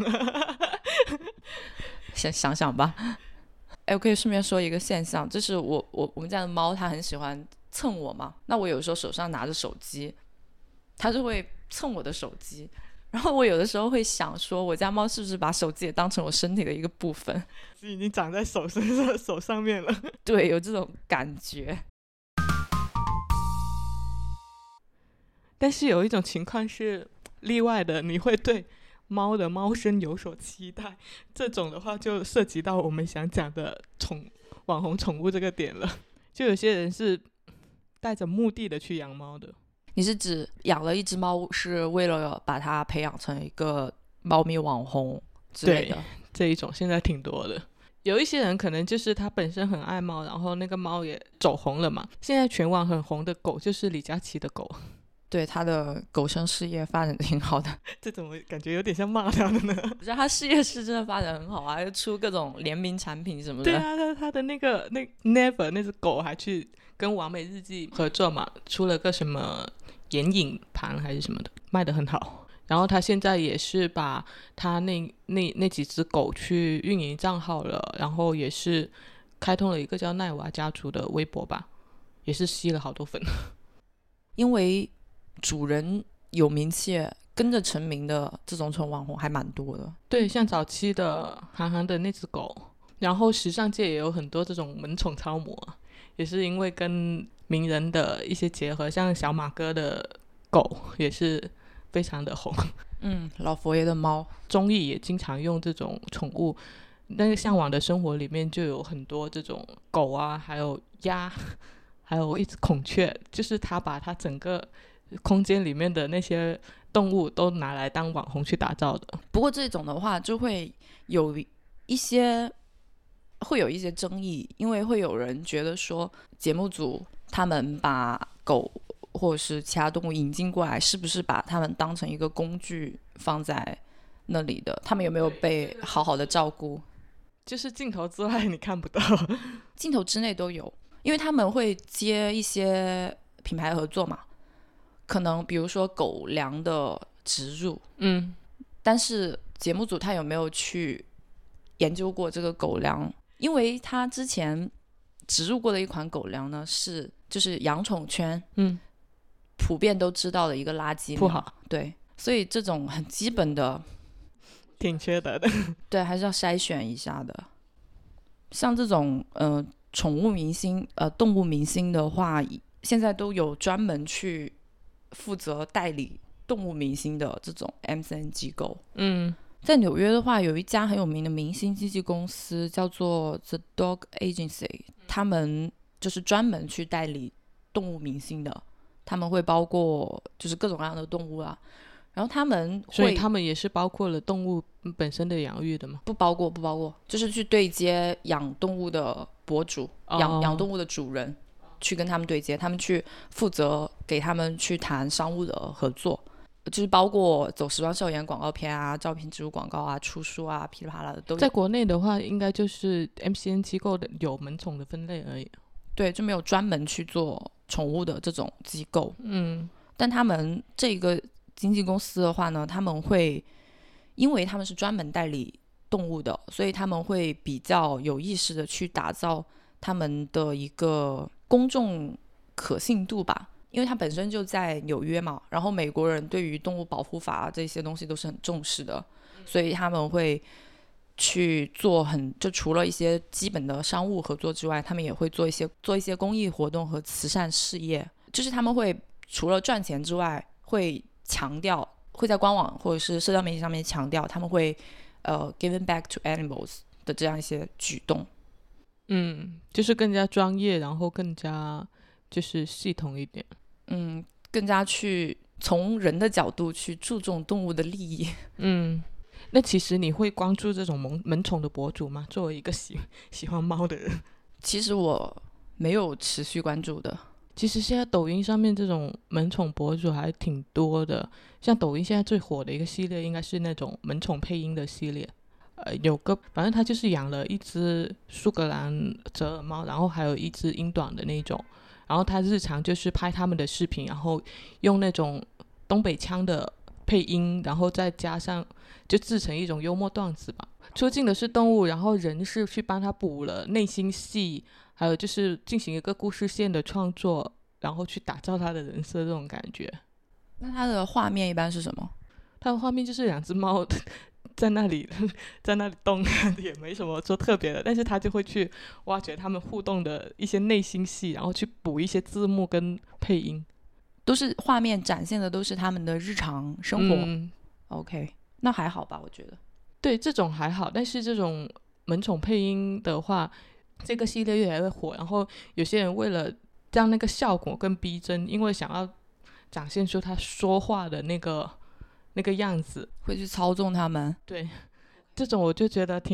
先想想吧。我可以顺便说一个现象，就是我们家的猫它很喜欢蹭我嘛，那我有时候手上拿着手机，它就会蹭我的手机，然后我有的时候会想说，我家猫是不是把手机也当成我身体的一个部分， 已经长在手上面了。 对，有这种感觉。 但是有一种情况是例外的，你会对猫的猫生有所期待，这种的话就涉及到我们想讲的网红宠物这个点了。就有些人是带着目的的去养猫的。 你是指养了一只猫是为了把它培养成一个猫咪网红之类的？ 对，这一种现在挺多的。有一些人可能就是他本身很爱猫，然后那个猫也走红了嘛。现在全网很红的狗就是李佳琦的狗。 对他的狗生事业发展挺好的。 这怎么感觉有点像骂他的呢？ 我觉得他事业是真的发展很好啊，又出各种联名产品什么的。 对啊，他的那 Never 那只狗还去跟完美日记合作嘛，出了个什么眼影盘还是什么的，卖得很好。然后他现在也是把他那几只狗去运营账号了，然后也是开通了一个叫奈娃家族的微博吧，也是吸了好多粉。 因为主人有名气，跟着成名的这种纯网红还蛮多的。 对，像早期的韩寒的那只狗，然后时尚界也有很多这种萌宠超模，也是因为跟名人的一些结合，像小马哥的狗也是非常的红。 老佛爷的猫， 综艺也经常用这种宠物。那个向往的生活里面就有很多这种狗啊，还有鸭，还有一只孔雀，就是他把他整个空间里面的那些动物都拿来当网红去打造的。 不过这种的话就会有一些争议，因为会有人觉得说节目组他们把狗或者是其他动物引进过来，是不是把他们当成一个工具放在那里的？他们有没有被好好的照顾？ 就是镜头之外你看不到， 镜头之内都有，因为他们会接一些品牌合作嘛，可能比如说狗粮的植入，但是节目组他有没有去研究过这个狗粮？因为他之前植入过的一款狗粮呢，就是养宠圈，普遍都知道的一个垃圾不好， 对，所以这种很基本的挺缺德的。 对，还是要筛选一下的。像这种宠物明星动物明星的话，现在都有专门去负责代理动物明星的这种 MCN 机构。在纽约的话，有一家很有名的明星经纪公司叫做 The Dog Agency， 他们就是专门去代理动物明星的，他们会包括就是各种各样的动物啊，然后他们会， 所以他们也是包括了动物本身的养育的吗？ 不包括，就是去对接养动物的博主，养动物的主人，去跟他们对接，他们去负责给他们去谈商务的合作，就是包括走时装秀演广告片啊、照片植入广告啊、出书啊，噼里啪啦的都有。 在国内的话，应该就是 MCN 机构的有门宠的分类而已。 对，就没有专门去做宠物的这种机构。但他们这个经纪公司的话呢，他们会，因为他们是专门代理动物的，所以他们会比较有意识的去打造他们的一个公众可信度吧。因为它本身就在纽约嘛，然后美国人对于动物保护法这些东西都是很重视的，所以他们会去做就除了一些基本的商务合作之外，他们也会做一些公益活动和慈善事业，就是他们会除了赚钱之外，会强调，会在官网或者是社交媒体上面强调他们会giving back to animals 的这样一些举动。 就是更加专业，然后更加就是系统一点。 更加去从人的角度去注重动物的利益。 那其实你会关注这种萌宠的博主吗？作为一个喜欢猫的人。 其实我没有持续关注的。 其实现在抖音上面这种萌宠博主还挺多的，像抖音现在最火的一个系列应该是那种萌宠配音的系列。反正他就是养了一只苏格兰折耳猫，然后还有一只英短的那种，然后他日常就是拍他们的视频，然后用那种东北腔的配音，然后再加上就制成一种幽默段子吧。出镜的是动物，然后人是去帮他补了内心戏，还有就是进行一个故事线的创作，然后去打造他的人设，这种感觉。 那他的画面一般是什么？ 他的画面就是两只猫在那里动，也没什么说特别的，但是他就会去挖掘他们互动的一些内心戏，然后去补一些字幕跟配音， 都是画面展现的都是他们的日常生活。OK， 那还好吧，我觉得。 对，这种还好，但是这种萌宠配音的话，这个系列越来越火，然后有些人为了让那个效果更逼真，因为想要展现出他说话的那个样子， 会去操纵他们。 对，这种我就觉得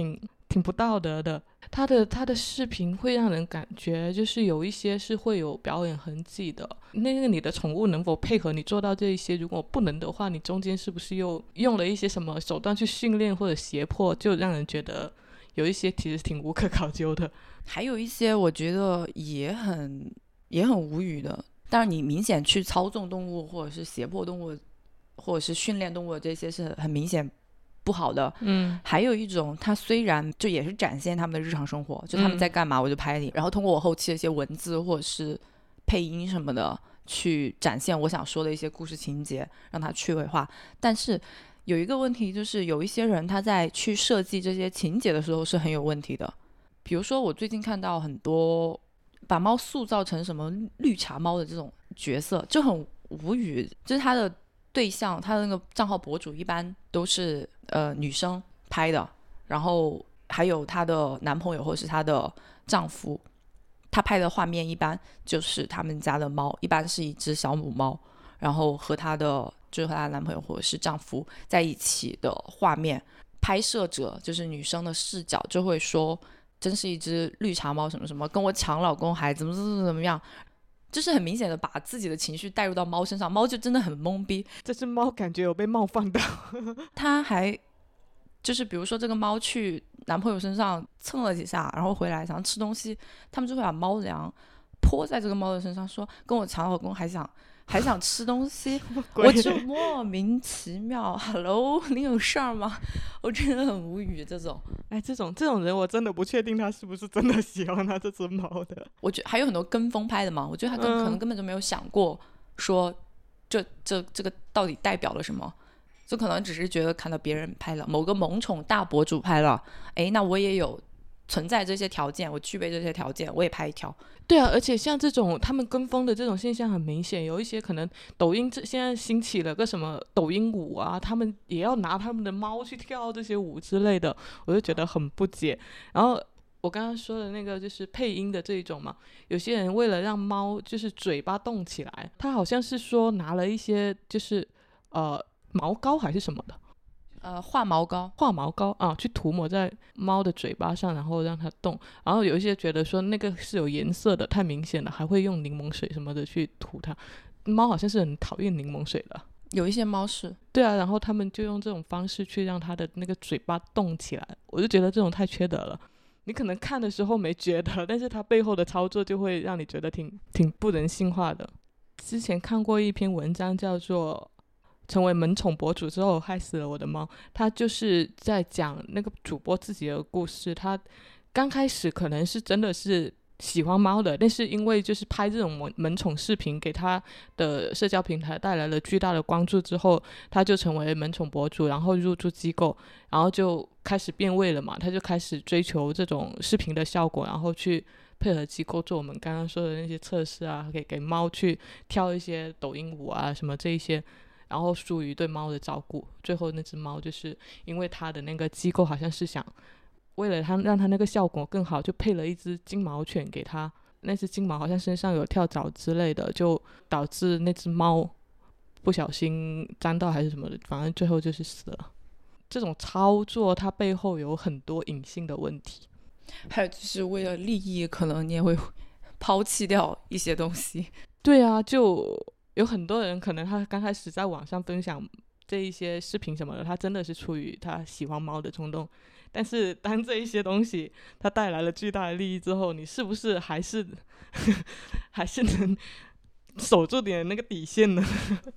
挺不道德的。他的视频会让人感觉就是有一些是会有表演痕迹的，那个你的宠物能否配合你做到这一些？如果不能的话，你中间是不是又用了一些什么手段去训练或者胁迫，就让人觉得有一些其实挺无可考究的。 还有一些我觉得也很无语的，但是你明显去操纵动物或者是胁迫动物或者是训练动物的这些是很明显不好的。还有一种，它虽然就也是展现他们的日常生活，就他们在干嘛我就拍你，然后通过我后期的一些文字或者是配音什么的去展现我想说的一些故事情节，让它趣味化。但是有一个问题，就是有一些人他在去设计这些情节的时候是很有问题的。比如说我最近看到很多把猫塑造成什么绿茶猫的这种角色，就很无语。就是他的对象，他的那个账号博主一般都是女生拍的，然后还有她的男朋友或者是她的丈夫，他拍的画面一般就是他们家的猫，一般是一只小母猫，然后和她的男朋友或者是丈夫在一起的画面，拍摄者就是女生的视角就会说真是一只绿茶猫什么什么，跟我抢老公还怎么样，就是很明显的把自己的情绪带入到猫身上，猫就真的很懵逼。 这只猫感觉有被冒犯到。 它还就是比如说这个猫去男朋友身上蹭了几下，然后回来想吃东西，他们就会把猫粮泼在这个猫的身上，说跟我抢老公还想吃东西。我就莫名其妙，Hello， 你有事儿吗？我真的很无语。这种这种人我真的不确定他是不是真的喜欢他这只猫的。 我觉得还有很多跟风拍的嘛，我觉得他可能根本就没有想过说这个到底代表了什么，就可能只是觉得看到别人拍了，某个萌宠大博主拍了，诶，那我也有存在这些条件，我具备这些条件，我也拍一条。 对啊，而且像这种他们跟风的这种现象很明显，有一些可能抖音现在兴起了个什么抖音舞啊，他们也要拿他们的猫去跳这些舞之类的，我就觉得很不解。然后我刚刚说的那个就是配音的这一种嘛，有些人为了让猫就是嘴巴动起来，他好像是说拿了一些就是毛膏还是什么的， 化毛膏啊，去涂抹在猫的嘴巴上，然后让它动。然后有一些觉得说那个是有颜色的，太明显了，还会用柠檬水什么的去涂它。猫好像是很讨厌柠檬水的， 有一些猫是。 对啊，然后他们就用这种方式去让它的那个嘴巴动起来，我就觉得这种太缺德了。你可能看的时候没觉得，但是它背后的操作就会让你觉得挺不人性化的。之前看过一篇文章叫做成为萌宠博主之后害死了我的猫，他就是在讲那个主播自己的故事。他刚开始可能是真的是喜欢猫的，但是因为就是拍这种萌宠视频给他的社交平台带来了巨大的关注之后，他就成为萌宠博主，然后入驻机构，然后就开始变味了嘛，他就开始追求这种视频的效果，然后去配合机构做我们刚刚说的那些测试啊，给猫去跳一些抖音舞啊什么这一些，然后疏于对猫的照顾。最后那只猫就是因为他的那个机构好像是想为了让他那个效果更好，就配了一只金毛犬给他，那只金毛好像身上有跳蚤之类的，就导致那只猫不小心沾到还是什么的，反正最后就是死了。这种操作它背后有很多隐性的问题， 还有就是为了利益，可能你也会抛弃掉一些东西。 对啊，就有很多人可能他刚开始在网上分享这一些视频什么的，他真的是出于他喜欢猫的冲动，但是当这一些东西它带来了巨大的利益之后，你是不是还是还是能守住点那个底线呢？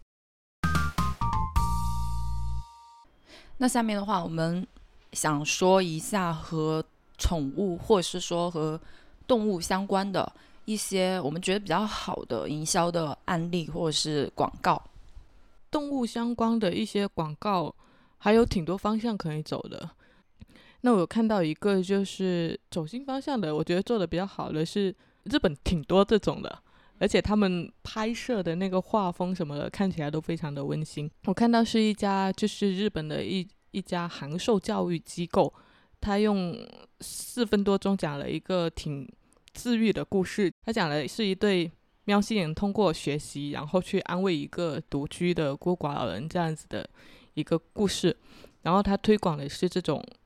那下面的话，我们想说一下和宠物或者是说和动物相关的一些我们觉得比较好的营销的案例或者是广告。 动物相关的一些广告还有挺多方向可以走的。那我有看到一个就是走心方向的，我觉得做的比较好的是日本挺多这种的，而且他们拍摄的那个画风什么的看起来都非常的温馨。我看到是一家就是日本的一家函授教育机构，他用4分多钟讲了一个挺治愈的故事。他讲的是一对喵星人通过学习然后去安慰一个独居的孤寡老人这样子的一个故事，然后他推广的是这种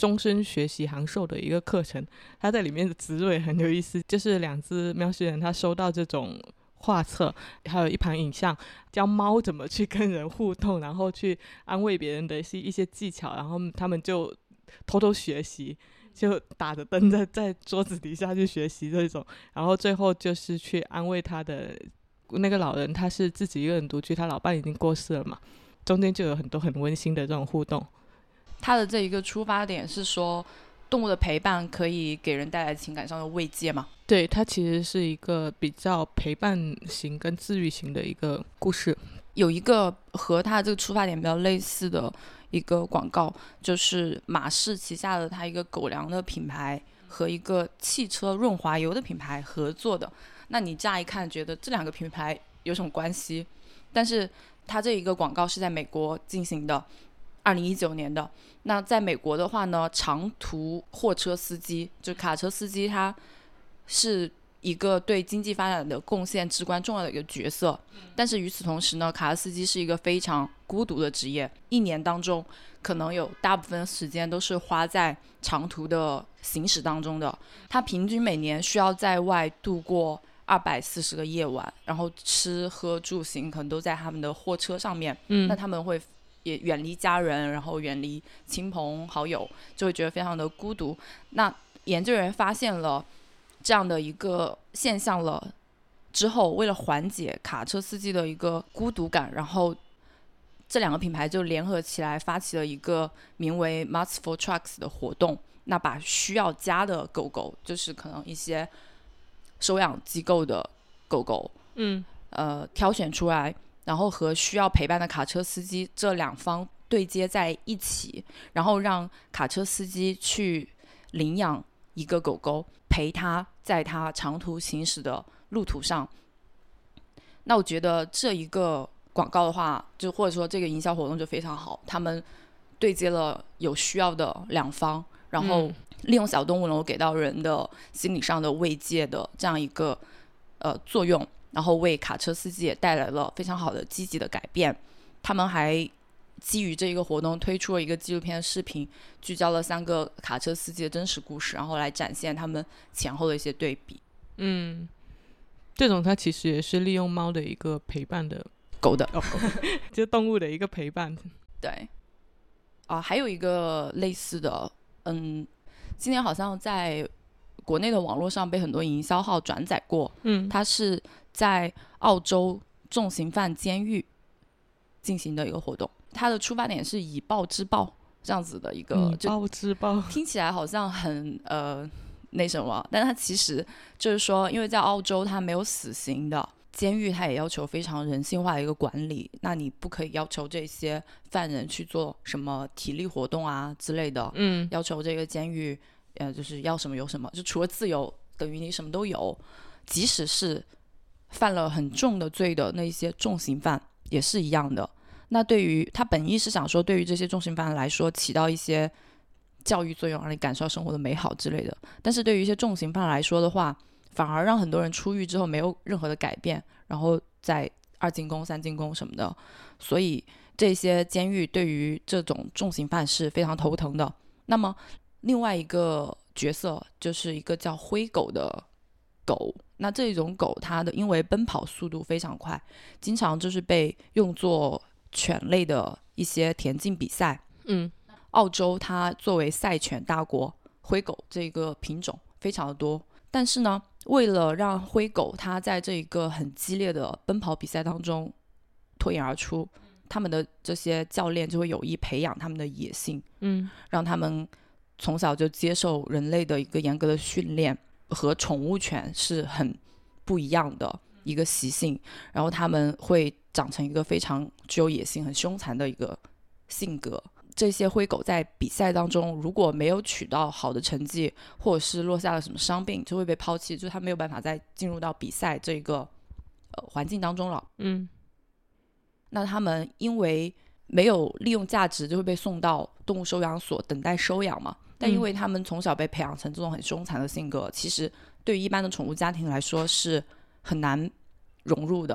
终身学习函授的一个课程。它在里面的植入也很有意思，就是2只喵星人他收到这种画册，还有一盘影像，教猫怎么去跟人互动，然后去安慰别人的一些技巧，然后他们就偷偷学习，就打着灯在桌子底下去学习这种，然后最后就是去安慰他的那个老人，他是自己一个人独居，他老伴已经过世了嘛，中间就有很多很温馨的这种互动。 他的这一个出发点是说动物的陪伴可以给人带来情感上的慰藉嘛？ 对，它其实是一个比较陪伴型跟治愈型的一个故事。 有一个和他这个出发点比较类似的一个广告，就是马氏旗下的他一个狗粮的品牌和一个汽车润滑油的品牌合作的。那你乍一看觉得这2个品牌有什么关系？但是他这一个广告是在美国进行的，2019年的。那在美国的话呢，长途货车司机就卡车司机，他是一个对经济发展的贡献至关重要的一个角色。但是与此同时呢，卡车司机是一个非常孤独的职业，一年当中可能有大部分时间都是花在长途的行驶当中的。他平均每年需要在外度过240个夜晚，然后吃喝住行可能都在他们的货车上面。那他们会也远离家人，然后远离亲朋好友，就会觉得非常的孤独。那研究人员发现了这样的一个现象了之后，为了缓解卡车司机的一个孤独感，然后这2个品牌就联合起来发起了一个名为 Mats for Trucks 的活动。那把需要家的狗狗，就是可能一些收养机构的狗狗挑选出来，然后和需要陪伴的卡车司机这2方对接在一起，然后让卡车司机去领养一个狗狗，陪他在他长途行驶的路途上。那我觉得这一个广告的话，就或者说这个营销活动就非常好，他们对接了有需要的2方，然后利用小动物能够给到人的心理上的慰藉的这样一个作用，然后为卡车司机也带来了非常好的积极的改变。他们还基于这个活动推出了一个纪录片视频，聚焦了3个卡车司机的真实故事，然后来展现他们前后的一些对比。 这种它其实也是利用猫的一个陪伴的， 狗的就是动物的一个陪伴。 对还有一个类似的今年好像在国内的网络上被很多营销号转载过。它是在澳洲重刑犯监狱进行的一个活动。它的出发点是以暴制暴这样子的一个， 以暴制暴听起来好像很那什么，但它其实就是说，因为在澳洲它没有死刑的监狱，它也要求非常人性化的一个管理。那你不可以要求这些犯人去做什么体力活动啊之类的，要求这个监狱就是要什么有什么，就除了自由等于你什么都有。即使是犯了很重的罪的那些重刑犯也是一样的。那对于他本意是想说，对于这些重刑犯来说起到一些教育作用，让你感受到生活的美好之类的。但是对于一些重刑犯来说的话，反而让很多人出狱之后没有任何的改变，然后在2进宫3进宫什么的。所以这些监狱对于这种重刑犯是非常头疼的。那么另外一个角色就是一个叫灰狗的狗。那这种狗它的因为奔跑速度非常快，经常就是被用作犬类的一些田径比赛。澳洲它作为赛犬大国，灰狗这个品种非常的多。但是呢，为了让灰狗它在这一个很激烈的奔跑比赛当中脱颖而出，他们的这些教练就会有意培养他们的野性，让他们从小就接受人类的一个严格的训练，和宠物犬是很不一样的一个习性。然后他们会长成一个非常具有野性、很凶残的一个性格。这些灰狗在比赛当中如果没有取到好的成绩，或者是落下了什么伤病，就会被抛弃，就是它没有办法再进入到比赛这个环境当中了。那他们因为没有利用价值，就会被送到动物收养所等待收养嘛。但因为他们从小被培养成这种很凶残的性格，其实对于一般的宠物家庭来说是很难融入的。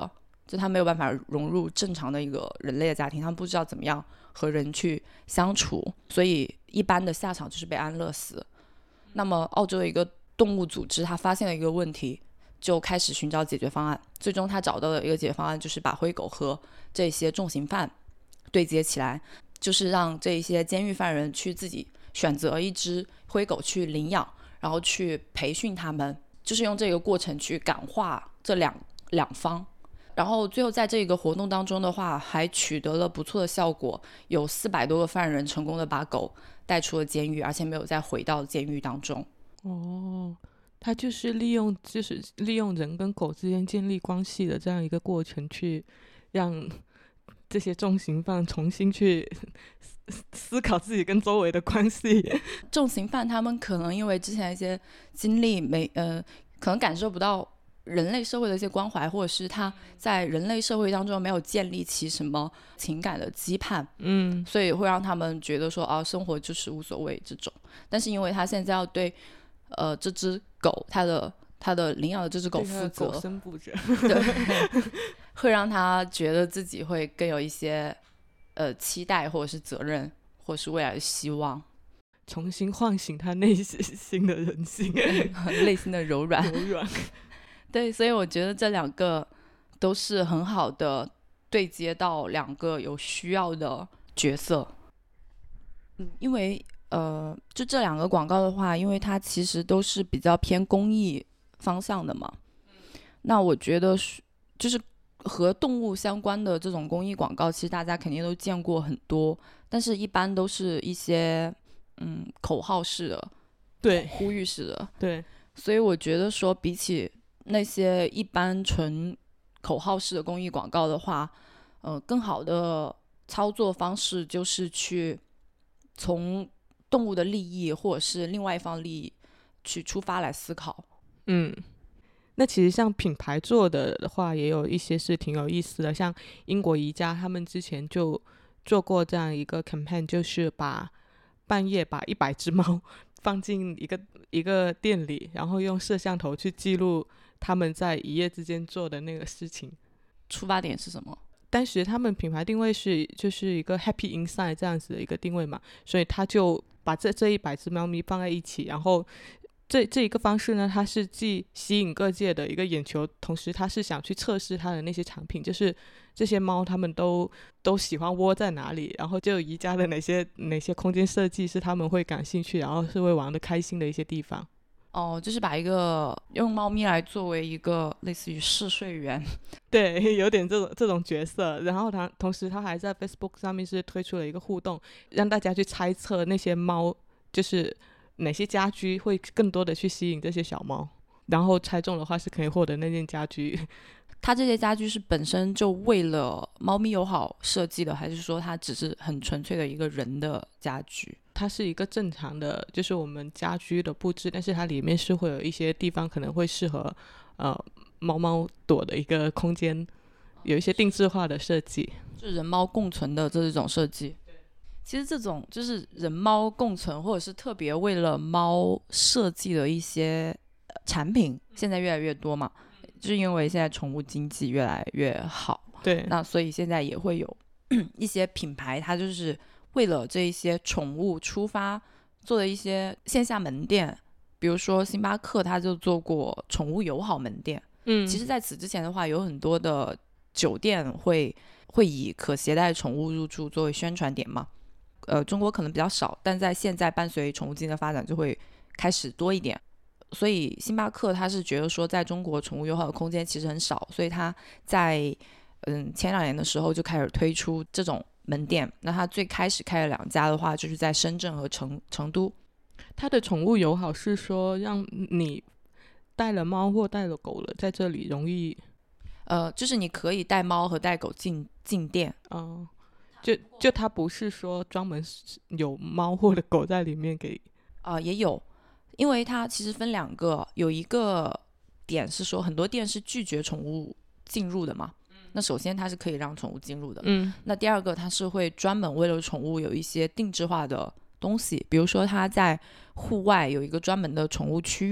就他没有办法融入正常的一个人类的家庭，他们不知道怎么样和人去相处，所以一般的下场就是被安乐死。那么澳洲的一个动物组织他发现了一个问题，就开始寻找解决方案，最终他找到的一个解决方案就是把灰狗和这些重刑犯对接起来，就是让这些监狱犯人去自己选择一只灰狗去领养，然后去培训他们，就是用这个过程去感化这两方。然后最后在这个活动当中的话还取得了不错的效果，有400多个犯人成功的把狗带出了监狱，而且没有再回到监狱当中。 他就是利用人跟狗之间建立关系的这样一个过程，去让这些重刑犯重新去思考自己跟周围的关系。 重刑犯他们可能因为之前一些经历可能感受不到人类社会的一些关怀，或者是他在人类社会当中没有建立起什么情感的羁绊，所以会让他们觉得说生活就是无所谓这种。但是因为他现在要对这只狗他的领养的这只狗负责， 狗生不责对，会让他觉得自己会更有一些期待，或者是责任，或者是未来的希望， 重新唤醒他内心的人性内心的柔软对，所以我觉得这两个都是很好的对接到两个有需要的角色。因为就这两个广告的话，因为它其实都是比较偏公益方向的嘛，那我觉得就是和动物相关的这种公益广告，其实大家肯定都见过很多，但是一般都是一些口号式的， 对， 呼吁式的， 对， 所以我觉得说比起那些一般纯口号式的公益广告的话，更好的操作方式就是去从动物的利益或者是另外一方利益去出发来思考。 那其实像品牌做的话也有一些是挺有意思的，像英国宜家他们之前就做过这样一个 campaign， 就是半夜把100只猫放进一个店里，然后用摄像头去记录他们在一夜之间做的那个事情。 出发点是什么？ 当时他们品牌定位就是一个 happy inside 这样子的一个定位嘛，所以他就把这100只猫咪放在一起，然后这一个方式呢，它是既吸引各界的一个眼球，同时它是想去测试它的那些产品，就是这些猫它们都喜欢窝在哪里，然后就有宜家的哪些空间设计是他们会感兴趣，然后是会玩得开心的一些地方。 就是把用猫咪来作为一个类似于试睡员， 对，有点这种角色。然后同时他还在 Facebook 上面是推出了一个互动，让大家去猜测那些猫就是哪些家居会更多的去吸引这些小猫，然后猜中的话是可以获得那件家居。 它这些家居是本身就为了猫咪友好设计的，还是说它只是很纯粹的一个人的家居？ 它是一个正常的就是我们家居的布置，但是它里面是会有一些地方可能会适合猫躲的一个空间，有一些定制化的设计， 就是人猫共存的这种设计。其实这种就是人猫共存或者是特别为了猫设计的一些产品现在越来越多嘛，就是因为现在宠物经济越来越好， 对， 那所以现在也会有一些品牌它就是为了这一些宠物出发做的一些线下门店，比如说星巴克它就做过宠物友好门店。其实在此之前的话有很多的酒店会以可携带宠物入住作为宣传点嘛，中国可能比较少，但在现在伴随宠物经济的发展就会开始多一点。所以星巴克他是觉得说在中国宠物友好的空间其实很少，所以他在前2年的时候就开始推出这种门店。那他最开始开了2家的话就是在深圳和成都。 他的宠物友好是说让你带了猫或带了狗了在这里容易就是你可以带猫和带狗进店。 就它不是说专门有猫或者狗在里面给也有，因为它其实分2个，有一个点是说很多店是拒绝宠物进入的嘛，那首先它是可以让宠物进入的，那第2个它是会专门为了宠物有一些定制化的东西，比如说它在户外有一个专门的宠物区域，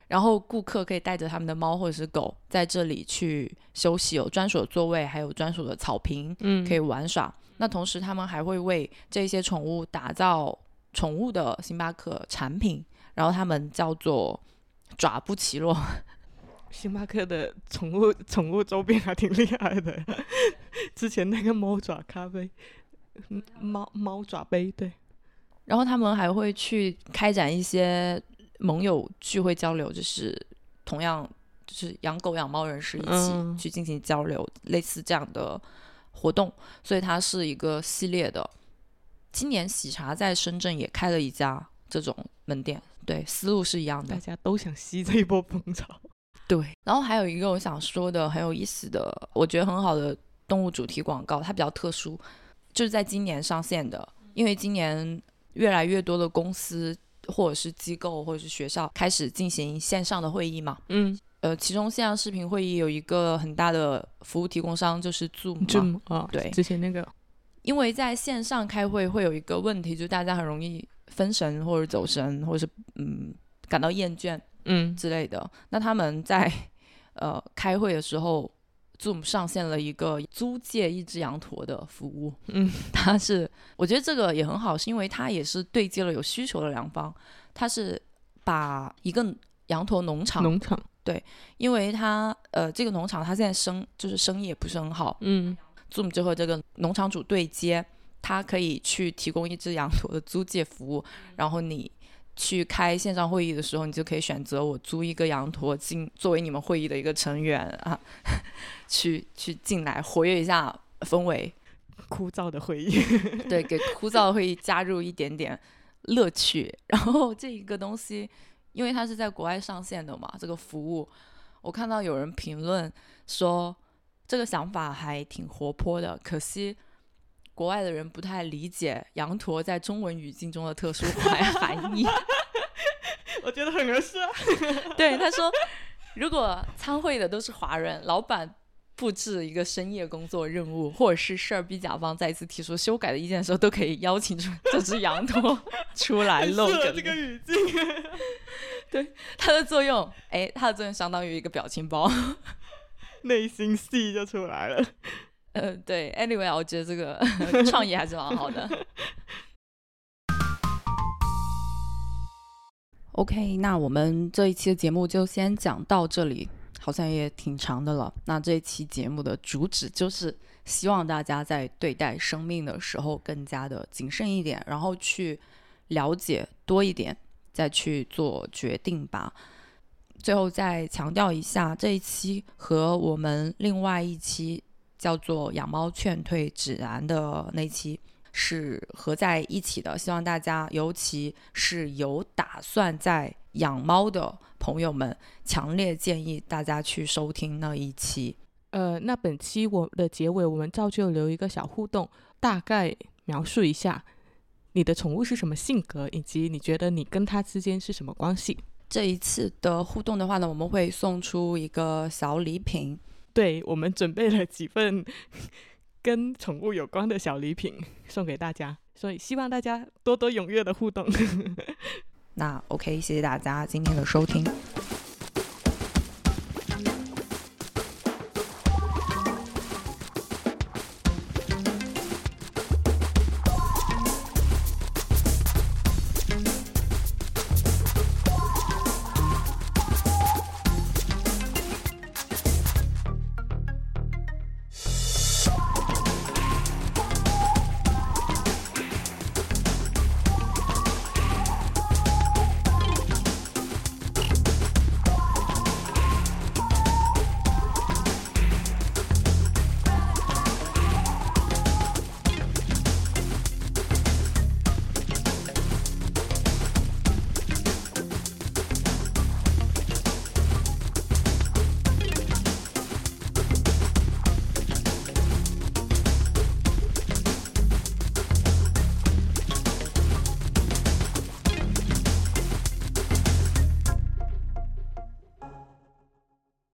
然后顾客可以带着他们的猫或者是狗在这里去休息，有专属的座位，还有专属的草坪可以玩耍。那同时他们还会为这些宠物打造宠物的星巴克产品，然后他们叫做爪不奇洛。 星巴克的宠物周边还挺厉害的，之前那个猫爪咖啡，猫爪杯，对。 然后他们还会去开展一些盟友聚会交流，就是同样就是养狗养猫人士一起去进行交流，类似这样的活动。所以它是一个系列的。今年喜茶在深圳也开了一家这种门店，对，思路是一样的， 大家都想吸这一波风潮。 对，然后还有一个我想说的很有意思的，我觉得很好的动物主题广告，它比较特殊，就是在今年上线的。因为今年越来越多的公司或者是机构或者是学校开始进行线上的会议嘛，其中线上视频会议有一个很大的服务提供商就是 Zoom 嘛，对， 之前那个， 因为在线上开会会有一个问题，就是大家很容易分神或者走神，或者是感到厌倦之类的。那他们在开会的时候 Zoom 上线了一个租借一只羊驼的服务。它是我觉得这个也很好，是因为它也是对接了有需求的两方。它是把一个羊驼农场，对，因为它这个农场它现在就是生意也不是很好，Zoom 就和这个农场主对接，它可以去提供一只羊驼的租借服务，然后你去开线上会议的时候，你就可以选择我租一个羊驼作为你们会议的一个成员啊，去进来活跃一下氛围。 枯燥的会议对，给枯燥的会议加入一点点乐趣。然后这个东西因为它是在国外上线的嘛，这个服务我看到有人评论说这个想法还挺活泼的，可惜国外的人不太理解羊驼在中文语境中的特殊含义。 我觉得很合适啊。 对，他说如果参会的都是华人，老板布置一个深夜工作任务，或者是事儿逼甲方再一次提出修改的意见的时候，都可以邀请出这只羊驼出来露个这个语境。 对，它的作用相当于一个表情包， 内心戏就出来了。 对 anyway 我觉得这个创意还是蛮好的。OK， 那我们这一期的节目就先讲到这里，好像也挺长的了。那这一期节目的主旨就是希望大家在对待生命的时候更加的谨慎一点，然后去了解多一点，再去做决定吧。最后再强调一下，这一期和我们另外一期叫做养猫劝退指南的那期是合在一起的，希望大家尤其是有打算在养猫的朋友们，强烈建议大家去收听那一期。 那本期我的结尾我们照旧留一个小互动，大概描述一下你的宠物是什么性格，以及你觉得你跟它之间是什么关系。 这一次的互动的话呢，我们会送出一个小礼品。 对，我们准备了几份跟宠物有关的小礼品送给大家，所以希望大家多多踊跃的互动。 那 OK， 谢谢大家今天的收听。